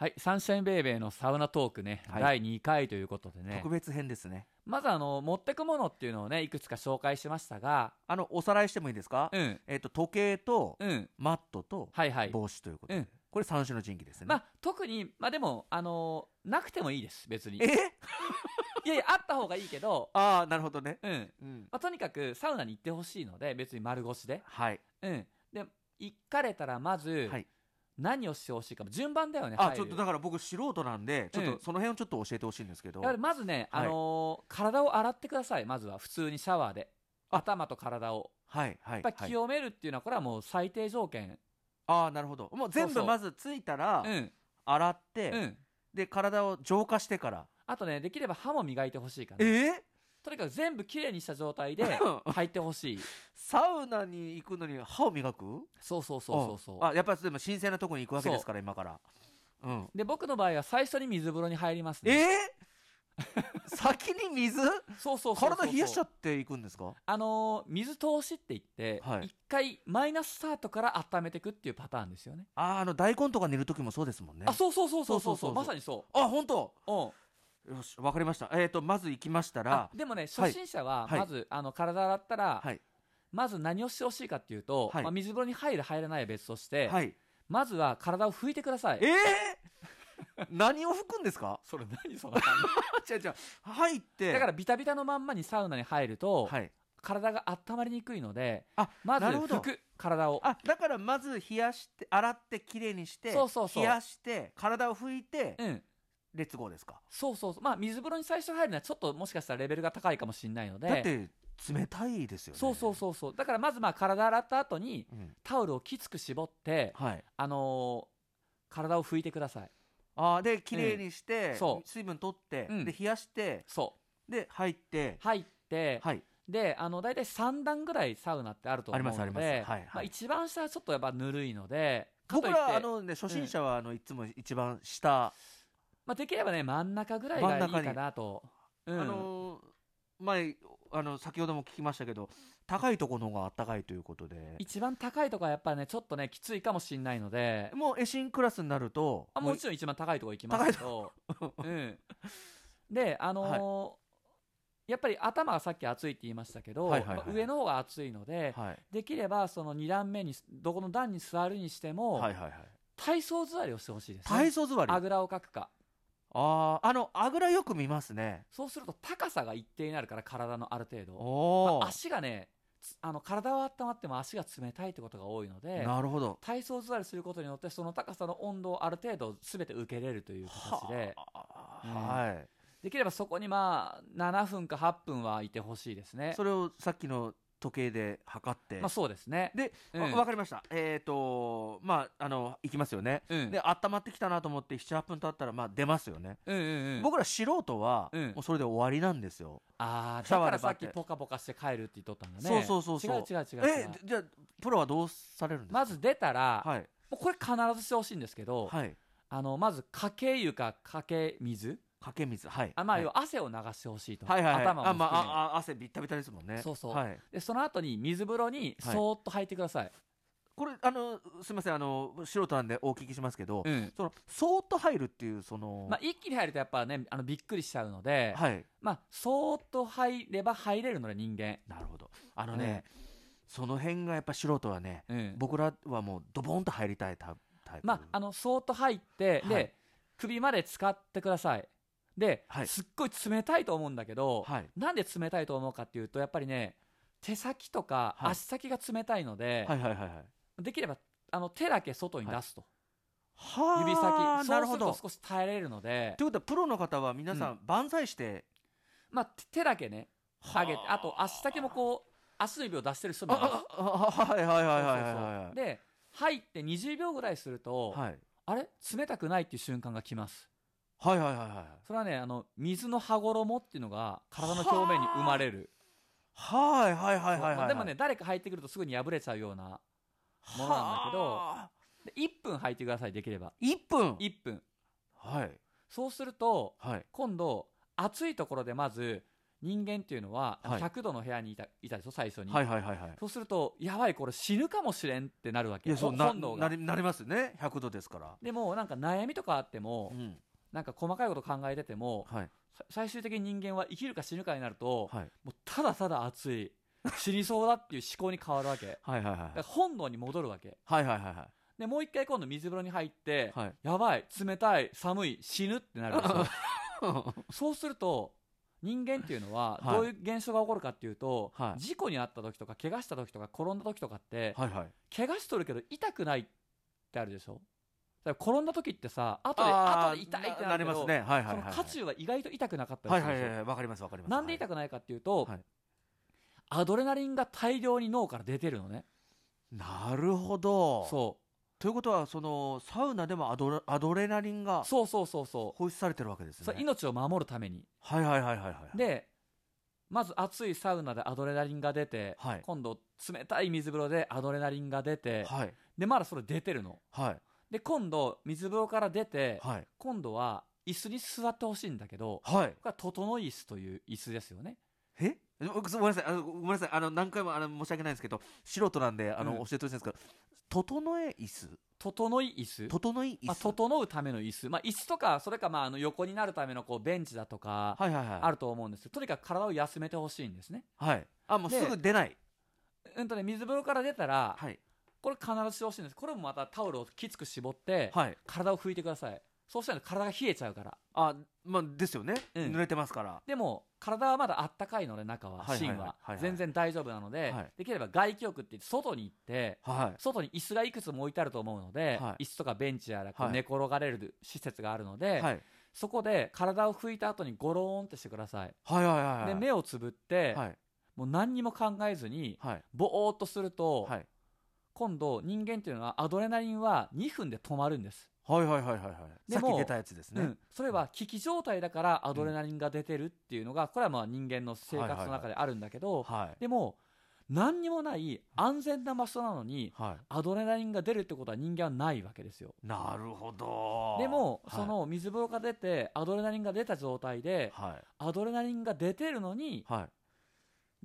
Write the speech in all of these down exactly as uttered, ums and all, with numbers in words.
はい、サンシャインベイベーのサウナトークね、はい、だいにかいということでね。 特別編ですね。 まずあの、持ってくものっていうのをね、いくつか紹介しましたが、 あの、おさらいしてもいいですか？ うん。 えっと、時計と、 うん、 マットと、 はいはい、 帽子ということで。 うん、 これ三種の神器ですね。 まあ、特に、まあでも、あのー、なくてもいいです、別に。 えいやいや、あった方がいいけど、 ああ、なるほどね。 うん。うん、まあ、とにかく、サウナに行ってほしいので、別に丸腰で。 はい。 うん。で、行かれたら、まず、はい、何をしてほしいか、順番だよね。 あ、ちょっとだから僕素人なんで、ちょっとその辺をちょっと教えてほしいんですけど。 やはりまずね、あのーはい、体を洗ってください。まずは普通にシャワーで、頭と体を。 はいはい。 やっぱ清めるっていうのはこれはもう最低条件。 ああ、なるほど。もう全部まずついたら、うん、洗って、うん、で体を浄化してから。 あとね、できれば歯も磨いてほしいかな。 えーとにかく全部きれいにした状態で入ってほしい。 サウナに行くのに歯を磨く？ そうそうそうそうそう。 あ、やっぱりでも新鮮なところに行くわけですから今から。 うん。で僕の場合は最初に水風呂に入りますね。 えー、先に水？ そうそうそうそう。 体冷やしちゃっていくんですか？ あのー、水通しって言って、はい、一回マイナススタートから温めていくっていうパターンですよね。 ああ、あの大根とか煮る時もそうですもんね。 あ、そうそうそうそうそうそう、まさにそう。 あ、本当。 うん。 よし、わかりました。えっと、まず行きましたら。 でもね、初心者は、まず、はい、あの、体洗ったら、はい、まず何をしてほしいかっていうと、はい、まあ、水風呂に入る、入らないは別として、はい、まずは体を拭いてください。 えー、何を拭くんですか？ それ何その違う違う。入って。 だからビタビタのまんまにサウナに入ると、はい、体が温まりにくいので、あ、まず拭く、体を。 あ、だからまず冷やして、洗ってきれいにして、そうそうそう、冷やして、体を拭いて、うん。レッツゴーですか？ そうそうそう。まあ、水風呂に最初入るのはちょっともしかしたらレベルが高いかもしれないので。 だって冷たいですよね。 そうそうそうそう。だからまずまあ体洗った後に、うん、タオルをきつく絞って、はい、あのー、体を拭いてください。 あ、できれいにして、うん、そう、水分取って、うん、で冷やして、そうで入って入って、はい、であの大体さん段ぐらいサウナってあると思うので、ありますあります、はいはい、まあ、一番下はちょっとやっぱぬるいので、 僕らあの、ね、初心者はあの、うん、いつも一番下。 まあ、できればね、真ん中ぐらいがいいかなと。 うん、あのー、前、あの、先ほども聞きましたけど、高いところの方が暖かいということで。 一番高いところはやっぱね、ちょっとね、きついかもしれないので。 もう、エシンクラスになると。 あ、もちろん一番高いところ行きますけど。うん。で、あのーはい、やっぱり頭がさっき熱いって言いましたけど、はいはいはい、上の方が熱いので、はい、できればそのに段目に、どこの段に座るにしても、はいはいはい、体操座りをしてほしいですね。 体操座り？ あぐらをかくか。 ああ、あの、あぐらよく見ますね。 そうすると高さが一定になるから、体のある程度。まあ、足がね、あの、体は温まっても足が冷たいってことが多いので、 なるほど。 体操座りすることによって、その高さの温度をある程度全て受けれるという形で、は、うん、はい。できればそこにまあ、ななふんかはっぷんはいてほしいですね。 それをさっきの時計で測って。 まあそうですね。 で、うん、わかりました。えっ、ー、と、まあ、あの、行きますよね。うん、で、温まってきたなと思って、なな、はっぷん経ったら、まあ、出ますよね。うんうんうん、僕ら素人は、うん、もうそれで終わりなんですよ。 ああ、だからさっきポカポカして帰るって言っとったんだね。 そうそうそうそう。 違う違う違う違う。 え、じゃあ、プロはどうされるんですか？ まず出たら、はい、もうこれ必ずしてほしいんですけど、はい、あの、まず、かけ湯かかけ水。 かけ水、はい。 あ、まあ、要は汗を流してほしいと。 はいはいはい。 頭も含め。 あ、まあ、あ、汗ビッタビタですもんね。 そうそう。はい。で、その後に水風呂にそーっと入ってください。はい、 これ、あの、すみません、あの、素人なんでお聞きしますけど、うん、その、そーっと入るっていう、その。 まあ、一気に入るとやっぱね、あの、びっくりしちゃうので、はい。まあ、そーっと入れば入れるので、人間。 なるほど。あのね、うん、その辺がやっぱ素人はね、うん、僕らはもうドボンと入りたいタイプ。 まあ、あの、そーっと入って、はい、で、首まで使ってください。で、はい、すっごい冷たいと思うんだけど、はい、なんで冷たいと思うかっていうと、やっぱりね、手先とか足先が冷たいので、はいはいはいはい、できればあの手だけ外に出すと。はい、指先。そうすると少し耐えれるので。 ということは、プロの方は皆さん、万歳して、 うん、まあ、手だけね、上げて、あと足先もこう、足の指を出してる人もいます。 はいはいはいはいはい。 で、入ってにじゅうびょうぐらいすると、はい、あれ冷たくないっていう瞬間が来ます。 はいはいはいはい。 それはね、あの、水の羽衣っていうのが体の表面に生まれる。 はいはいはいはいはい、はい。 でもね、誰か入ってくるとすぐに破れちゃうようなものなんだけど、いっぷん入ってください、できれば。 いっぷん ? いっ 分。 はい。 そうすると、はい、今度、暑いところでまず、 人間っていうのはひゃくどの部屋にいた、いたでしょ最初に、 はいはいはいはい、 そうするとやばいこれ死ぬかもしれんってなるわけ。 いやそうななり、なりますねひゃくどですから。 でもなんか悩みとかあっても、うん、なんか細かいこと考えてても、はい、最終的に人間は生きるか死ぬかになると、はい、もうただただ熱い死にそうだっていう思考に変わるわけはいはい、はい、だから本能に戻るわけ。はいはいはいはい。でもう一回今度水風呂に入って、はい、やばい冷たい寒い死ぬってなるでしょそうすると人間っていうのはどういう現象が起こるかっていうと、はい、事故に遭った時とか怪我した時とか転んだ時とかって、はいはい、怪我しとるけど痛くないってあるでしょ。だから転んだ時ってさ後で後で痛いってなるけど、その渦中は意外と痛くなかったりするんですよ。はいはいはい、わかりますわかります。なんで痛くないかっていうと、はい、アドレナリンが大量に脳から出てるのね。 なるほど。そうということはそのサウナでもアドレ、アドレナリンがそうそうそうそう放出されてるわけですね。 そう命を守るために。 はいはいはいはいはい。 でまず熱いサウナでアドレナリンが出て、はい、今度冷たい水風呂でアドレナリンが出て、はい、でまだそれ出てるの、はい、で今度水風呂から出て、はい、今度は椅子に座ってほしいんだけど、はい、これは整い椅子という椅子ですよね。 えごめんなさいあのごめんなさいあの何回もあの申し訳ないんですけど素人なんであの、うん、教えてほしいんですけど、整え椅子整い椅子整い椅子、 まあ、整うための椅子、まあ、椅子とかそれかまああの横になるためのこうベンチだとかあると思うんですけど、とにかく体を休めてほしいんですね。 はい。あもうすぐ出ない。 うんとね水風呂から出たら、はい、これ必ずしてほしいんです。これもまたタオルをきつく絞って、はい、体を拭いてください。そうしたら体が冷えちゃうから。 あまあですよね、うん、濡れてますから。 でも体はまだあったかいので中は芯は全然大丈夫なので、はい、できれば外気浴って言って外に行って、はい、外に椅子がいくつも置いてあると思うので、はい、椅子とかベンチやらこう寝転がれる施設があるので、はい、そこで体を拭いた後にゴローンってしてください。はいはいはいはい、で目をつぶって、はい、もう何にも考えずに、はい、ぼーっとすると、はい、今度人間っていうのはアドレナリンはにふんで止まるんです。はいはいはいはいはい。 さっき出たやつですね、うん、 それは危機状態だからアドレナリンが出てるっていうのが、これはまあ人間の生活の中であるんだけど、はいはいはい、でも何にもない安全な場所なのに、はい、アドレナリンが出るってことは人間はないわけですよ。 なるほど。 でも、はい、その水風呂が出てアドレナリンが出た状態で、はい、アドレナリンが出てるのに、はい、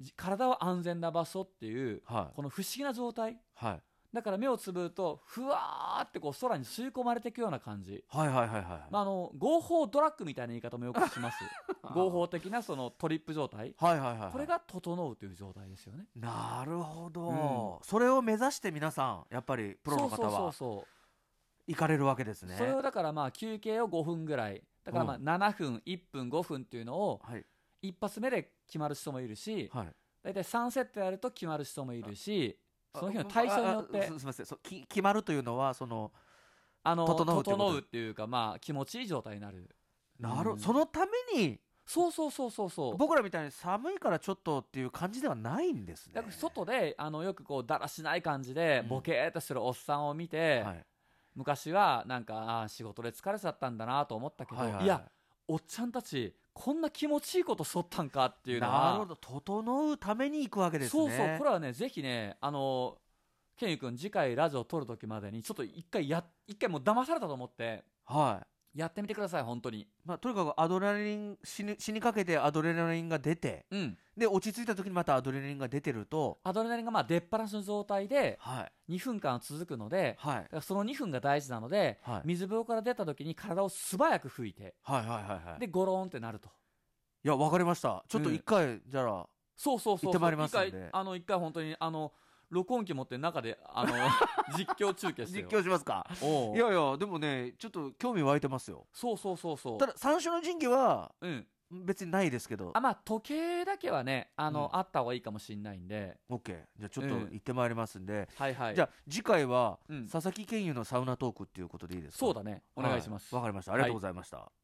体は安全な場所っていう、はい、この不思議な状態、はい、だから目をつぶるとふわーってこう空に吸い込まれていくような感じ。はいはいはいはい、まあ、あの合法ドラッグみたいな言い方もよくします合法的なそのトリップ状態、はいはいはいはい、これが整うという状態ですよね。 なるほど、うん、それを目指して皆さんやっぱりプロの方は行かれるわけですね。 それをだからまあ休憩をごふんぐらいだからまあななふんいっぷんごふんっていうのを一発目で決まる人もいるし、はい、だいたいさんセットやると決まる人もいるし、その日の対象によってすみませんそき決まるというのはそのあの整う整うっていうか、まあ気持ちいい状態になる。 なる、うん、そのためにそうそうそうそうそう僕らみたいに寒いからちょっとっていう感じではないんですね。 だから外であのよくこうだらしない感じでボケーっとするおっさんを見て、うんはい、昔はなんかあ仕事で疲れちゃったんだなと思ったけど、はいはいはい、いやおっちゃんたちこんな気持ちいいことしとったんかっていうのは。 なるほど、整うために行くわけですね。 そうそう、これはねぜひねあのケンユ君次回ラジオを撮る時までにちょっと一回や一回もう騙されたと思って、はい、やってみてください本当に。 まあ、とにかくアドレナリン死に、死にかけてアドレナリンが出て、うん、で落ち着いた時にまたアドレナリンが出てるとアドレナリンがまあ出っ放しの状態でにふんかん続くので、はい、だからそのにふんが大事なので、はい、水風呂から出た時に体を素早く拭いて、はいはいはいはい、でゴローンってなると。 いや分かりました。ちょっと一回、うん、じゃあそうそうそうそう行ってまいりますんで、 一回あの一回本当にあの録音機持って中であの実況中継してよ。 実況しますか。いやいやでもねちょっと興味湧いてますよ。 そうそうそうそう。 ただ三種の神器は、うん、別にないですけど、 あまあ時計だけはねあの、うん、あった方がいいかもしれないんで。 OK じゃあちょっと行ってまいりますんで、うん、はいはい。じゃあ次回は、うん、佐々木健佑のサウナトークっていうことでいいですか。 そうだねお願いします。 わ、はい、かりました。ありがとうございました、はい。